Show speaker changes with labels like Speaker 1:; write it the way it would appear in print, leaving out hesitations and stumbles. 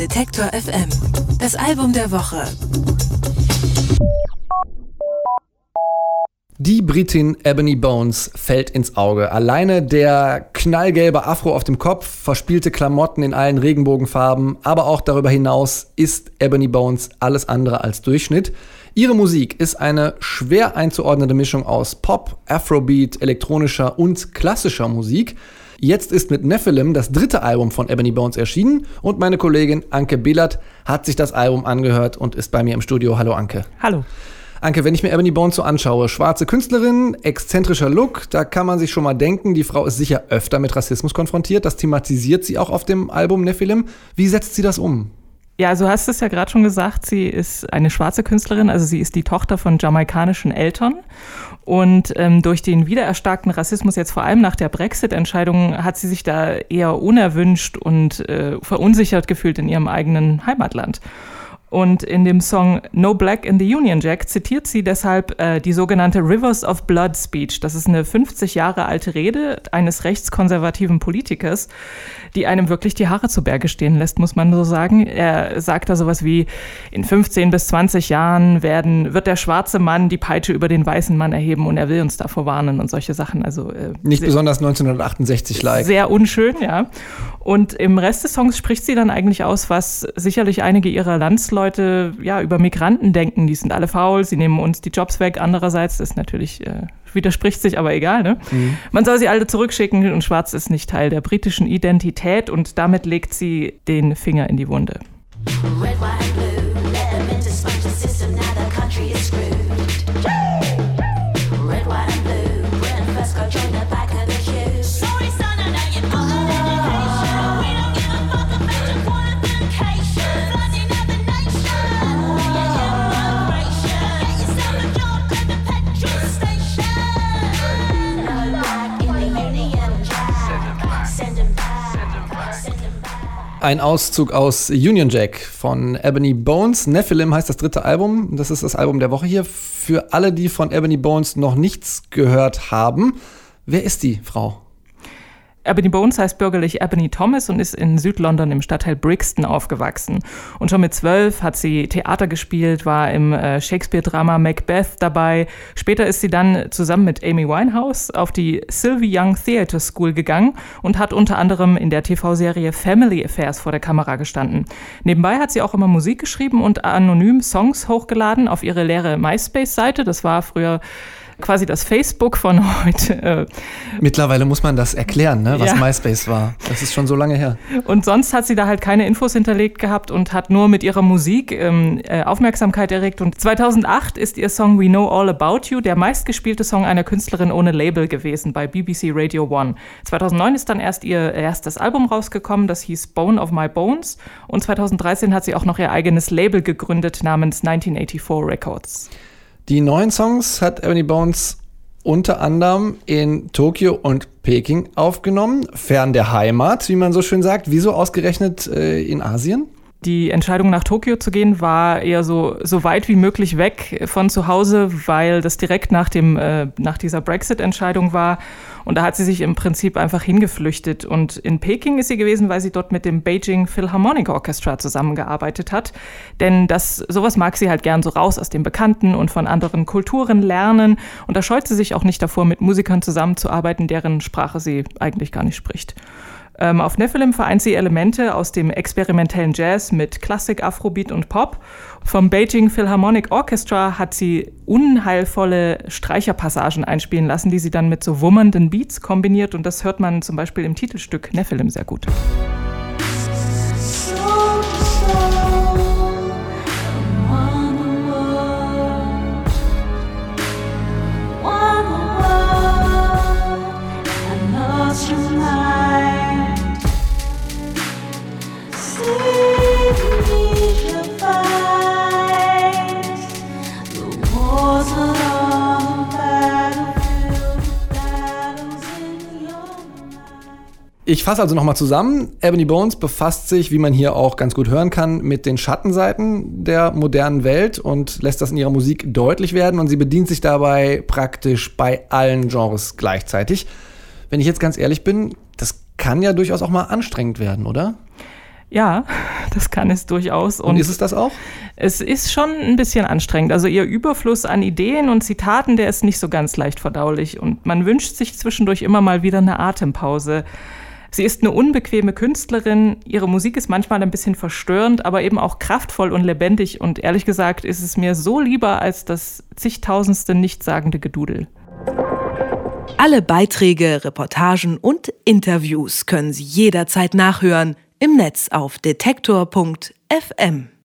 Speaker 1: Detektor FM. Das Album der Woche.
Speaker 2: Die Britin Ebony Bones fällt ins Auge. Alleine der knallgelbe Afro auf dem Kopf, verspielte Klamotten in allen Regenbogenfarben, aber auch darüber hinaus ist Ebony Bones alles andere als Durchschnitt. Ihre Musik ist eine schwer einzuordnende Mischung aus Pop, Afrobeat, elektronischer und klassischer Musik. Jetzt ist mit Nephilim das 3. Album von Ebony Bones erschienen und meine Kollegin Anke Billert hat sich das Album angehört und ist bei mir im Studio. Hallo Anke.
Speaker 3: Hallo.
Speaker 2: Anke, wenn ich mir Ebony Bones so anschaue, schwarze Künstlerin, exzentrischer Look, da kann man sich schon mal denken, die Frau ist sicher öfter mit Rassismus konfrontiert. Das thematisiert sie auch auf dem Album Nephilim. Wie setzt sie das um?
Speaker 3: Ja, also hast du es ja gerade schon gesagt, sie ist eine schwarze Künstlerin, also sie ist die Tochter von jamaikanischen Eltern. Und durch den wiedererstarkten Rassismus, jetzt vor allem nach der Brexit-Entscheidung, hat sie sich da eher unerwünscht und verunsichert gefühlt in ihrem eigenen Heimatland. Und in dem Song No Black in the Union Jack zitiert sie deshalb die sogenannte Rivers of Blood Speech. Das ist eine 50 Jahre alte Rede eines rechtskonservativen Politikers, die einem wirklich die Haare zu Berge stehen lässt, muss man so sagen. Er sagt da sowas wie, in 15 bis 20 Jahren wird der schwarze Mann die Peitsche über den weißen Mann erheben und er will uns davor warnen und solche Sachen. Also
Speaker 2: nicht besonders 1968-like.
Speaker 3: Sehr unschön, ja. Und im Rest des Songs spricht sie dann eigentlich aus, was sicherlich einige ihrer Landsleute über Migranten denken. Die sind alle faul, sie nehmen uns die Jobs weg. Andererseits, das natürlich widerspricht sich, aber egal, ne? Mhm. Man soll sie alle zurückschicken und Schwarz ist nicht Teil der britischen Identität und damit legt sie den Finger in die Wunde. Red, white, blue, let them into sponge the system, now the country is screwed. Red, white and blue, Britain first go join the back of the queue. Sorry son, I know you've got an education. We don't give a fuck about your qualification. Flooding of the nation, migration. Get yourself a job at the petrol station. No black in the Union Jack. Send them back, send them back. Ein Auszug aus Union Jack von Ebony Bones. Nephilim heißt das 3. Album. Das ist das Album der Woche hier. Für alle, die von Ebony Bones noch nichts gehört haben, wer ist die Frau? Ebony Bones heißt bürgerlich Ebony Thomas und ist in Südlondon im Stadtteil Brixton aufgewachsen. Und schon mit 12 hat sie Theater gespielt, war im Shakespeare-Drama Macbeth dabei. Später ist sie dann zusammen mit Amy Winehouse auf die Sylvie Young Theatre School gegangen und hat unter anderem in der TV-Serie Family Affairs vor der Kamera gestanden. Nebenbei hat sie auch immer Musik geschrieben und anonym Songs hochgeladen auf ihre leere MySpace-Seite. Das war früher quasi das Facebook von heute.
Speaker 2: Mittlerweile muss man das erklären, ne, was MySpace war. Das ist schon so lange her.
Speaker 3: Und sonst hat sie da halt keine Infos hinterlegt gehabt und hat nur mit ihrer Musik Aufmerksamkeit erregt. Und 2008 ist ihr Song We Know All About You der meistgespielte Song einer Künstlerin ohne Label gewesen bei BBC Radio 1. 2009 ist dann erst ihr erstes Album rausgekommen, das hieß Bone of My Bones. Und 2013 hat sie auch noch ihr eigenes Label gegründet namens 1984 Records.
Speaker 2: Die neuen Songs hat Ebony Bones unter anderem in Tokio und Peking aufgenommen, fern der Heimat, wie man so schön sagt. Wieso ausgerechnet in Asien?
Speaker 3: Die Entscheidung, nach Tokio zu gehen, war eher so weit wie möglich weg von zu Hause, weil das direkt nach dieser Brexit-Entscheidung war. Und da hat sie sich im Prinzip einfach hingeflüchtet. Und in Peking ist sie gewesen, weil sie dort mit dem Beijing Philharmonic Orchestra zusammengearbeitet hat. Denn sowas mag sie halt gern so raus aus dem Bekannten und von anderen Kulturen lernen. Und da scheut sie sich auch nicht davor, mit Musikern zusammenzuarbeiten, deren Sprache sie eigentlich gar nicht spricht. Auf Nephilim vereint sie Elemente aus dem experimentellen Jazz mit Klassik, Afrobeat und Pop. Vom Beijing Philharmonic Orchestra hat sie unheilvolle Streicherpassagen einspielen lassen, die sie dann mit so wummernden Beats kombiniert. Und das hört man zum Beispiel im Titelstück Nephilim sehr gut.
Speaker 2: Ich fasse also nochmal zusammen. Ebony Bones befasst sich, wie man hier auch ganz gut hören kann, mit den Schattenseiten der modernen Welt und lässt das in ihrer Musik deutlich werden. Und sie bedient sich dabei praktisch bei allen Genres gleichzeitig. Wenn ich jetzt ganz ehrlich bin, das kann ja durchaus auch mal anstrengend werden, oder?
Speaker 4: Ja, das kann es durchaus.
Speaker 2: Und ist es das auch?
Speaker 4: Es ist schon ein bisschen anstrengend. Also ihr Überfluss an Ideen und Zitaten, der ist nicht so ganz leicht verdaulich. Und man wünscht sich zwischendurch immer mal wieder eine Atempause. Sie ist eine unbequeme Künstlerin. Ihre Musik ist manchmal ein bisschen verstörend, aber eben auch kraftvoll und lebendig. Und ehrlich gesagt ist es mir so lieber als das zigtausendste nichtssagende Gedudel.
Speaker 1: Alle Beiträge, Reportagen und Interviews können Sie jederzeit nachhören im Netz auf detektor.fm.